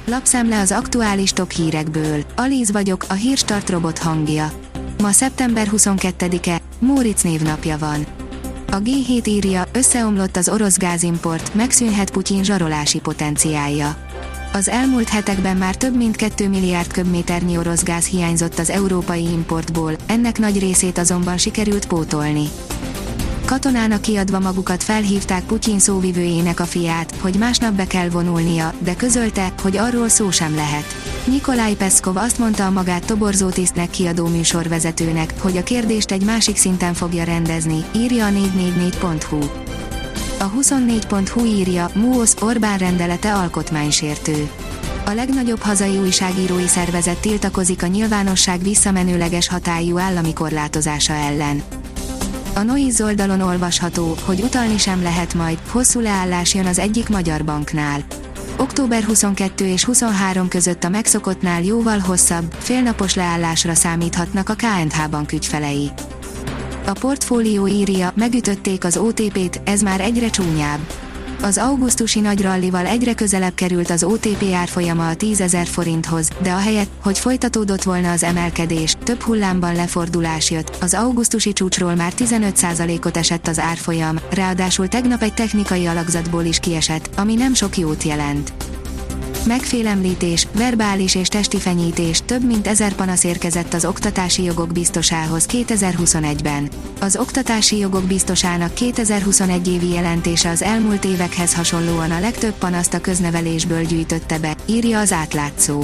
Lapszemle az aktuális top hírekből. Alíz vagyok, a Hírstart robot hangja. Ma szeptember 22-e, Móricz névnapja van. A G7 írja, összeomlott az orosz gázimport, megszűnhet Putyin zsarolási potenciálja. Az elmúlt hetekben már több mint 2 milliárd köbméternyi orosz gáz hiányzott az európai importból, ennek nagy részét azonban sikerült pótolni. Katonának kiadva magukat felhívták Putyin szóvivőjének a fiát, hogy másnap be kell vonulnia, de közölte, hogy arról szó sem lehet. Nikolaj Peszkov azt mondta a magát toborzó tisztnek kiadó műsorvezetőnek, hogy a kérdést egy másik szinten fogja rendezni, írja a 444.hu. A 24.hu írja, MUOS, Orbán rendelete alkotmánysértő. A legnagyobb hazai újságírói szervezet tiltakozik a nyilvánosság visszamenőleges hatályú állami korlátozása ellen. A Noiz oldalon olvasható, hogy utalni sem lehet majd, hosszú leállás jön az egyik magyar banknál. Október 22 és 23 között a megszokottnál jóval hosszabb, félnapos leállásra számíthatnak a KNH bank ügyfelei. A Portfólió írja, megütötték az OTP-t, ez már egyre csúnyább. Az augusztusi nagy rallival egyre közelebb került az OTP árfolyama a 10 000 forinthoz, de ahelyett, hogy folytatódott volna az emelkedés, több hullámban lefordulás jött, az augusztusi csúcsról már 15%-ot esett az árfolyam, ráadásul tegnap egy technikai alakzatból is kiesett, ami nem sok jót jelent. Megfélemlítés, verbális és testi fenyítés, több mint 1000 panasz érkezett az oktatási jogok biztosához 2021-ben. Az oktatási jogok biztosának 2021 évi jelentése az elmúlt évekhez hasonlóan a legtöbb panaszt a köznevelésből gyűjtötte be, írja az Átlátszó.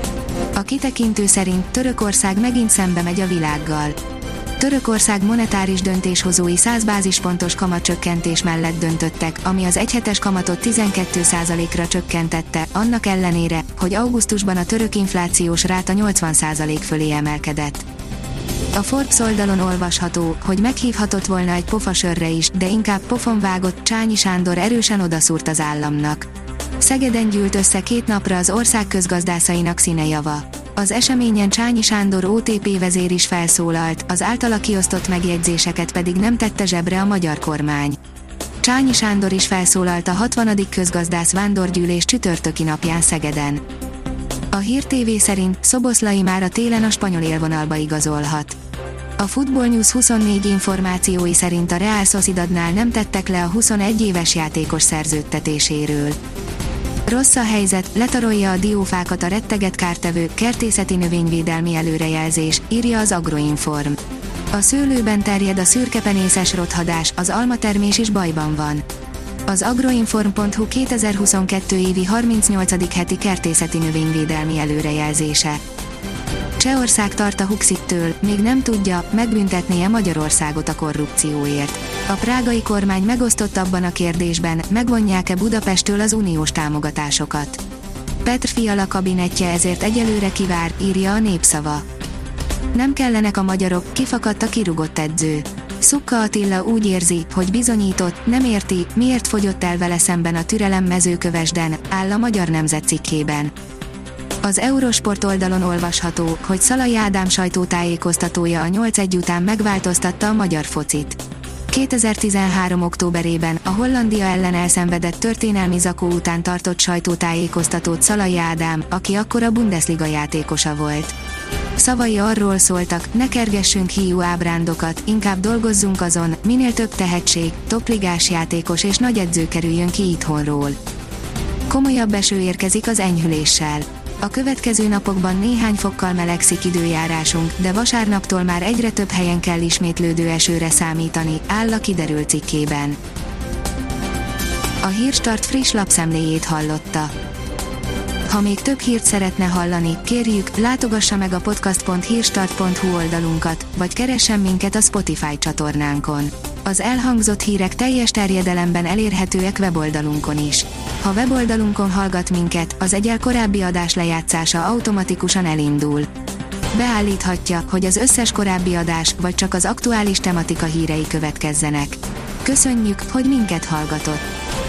A kitekintő szerint Törökország megint szembe megy a világgal. Törökország monetáris döntéshozói 100 bázispontos kamatcsökkentés mellett döntöttek, ami az egyhetes kamatot 12%-ra csökkentette, annak ellenére, hogy augusztusban a török inflációs ráta 80% fölé emelkedett. A Forbes oldalon olvasható, hogy meghívhatott volna egy pofasörre is, de inkább pofon vágott, Csányi Sándor erősen odaszúrt az államnak. Szegeden gyűlt össze 2 napra az ország közgazdászainak színejava. Az eseményen Csányi Sándor OTP vezér is felszólalt, az általa kiosztott megjegyzéseket pedig nem tette zsebre a magyar kormány. Csányi Sándor is felszólalt a 60. közgazdász vándorgyűlés csütörtöki napján Szegeden. A Hír TV szerint Szoboszlai már a télen a spanyol élvonalba igazolhat. A Football News 24 információi szerint a Real Sociedadnál nem tettek le a 21 éves játékos szerződtetéséről. Rossz a helyzet, letarolja a diófákat a retteget kártevő, kertészeti növényvédelmi előrejelzés, írja az Agroinform. A szőlőben terjed a szürkepenészes rothadás, az almatermés is bajban van. Az agroinform.hu 2022 évi 38. heti kertészeti növényvédelmi előrejelzése. Csehország tart a Huxittől, még nem tudja, megbüntetnie Magyarországot a korrupcióért. A prágai kormány megosztott abban a kérdésben, megvonják-e Budapesttől az uniós támogatásokat. Petr Fiala kabinetje ezért egyelőre kivár, írja a Népszava. Nem kellenek a magyarok, kifakadt a kirúgott edző. Szukka Attila úgy érzi, hogy bizonyított, nem érti, miért fogyott el vele szemben a türelem Mezőkövesden, áll a Magyar Nemzet cikkében. Az Eurosport oldalon olvasható, hogy Szalai Ádám sajtótájékoztatója a 8-1 után megváltoztatta a magyar focit. 2013. októberében a Hollandia ellen elszenvedett történelmi zakó után tartott sajtótájékoztatót Szalai Ádám, aki akkor a Bundesliga játékosa volt. Szavai arról szóltak, ne kergessünk hiú ábrándokat, inkább dolgozzunk azon, minél több tehetség, topligás játékos és nagy edző kerüljön ki itthonról. Komolyabb eső érkezik az enyhüléssel. A következő napokban néhány fokkal melegszik időjárásunk, de vasárnaptól már egyre több helyen kell ismétlődő esőre számítani, áll a Kiderült cikkében. A Hírstart friss lapszemléjét hallotta. Ha még több hírt szeretne hallani, kérjük, látogassa meg a podcast.hírstart.hu oldalunkat, vagy keressen minket a Spotify csatornánkon. Az elhangzott hírek teljes terjedelemben elérhetőek weboldalunkon is. Ha weboldalunkon hallgat minket, az egyel korábbi adás lejátszása automatikusan elindul. Beállíthatja, hogy az összes korábbi adás, vagy csak az aktuális tematika hírei következzenek. Köszönjük, hogy minket hallgatott!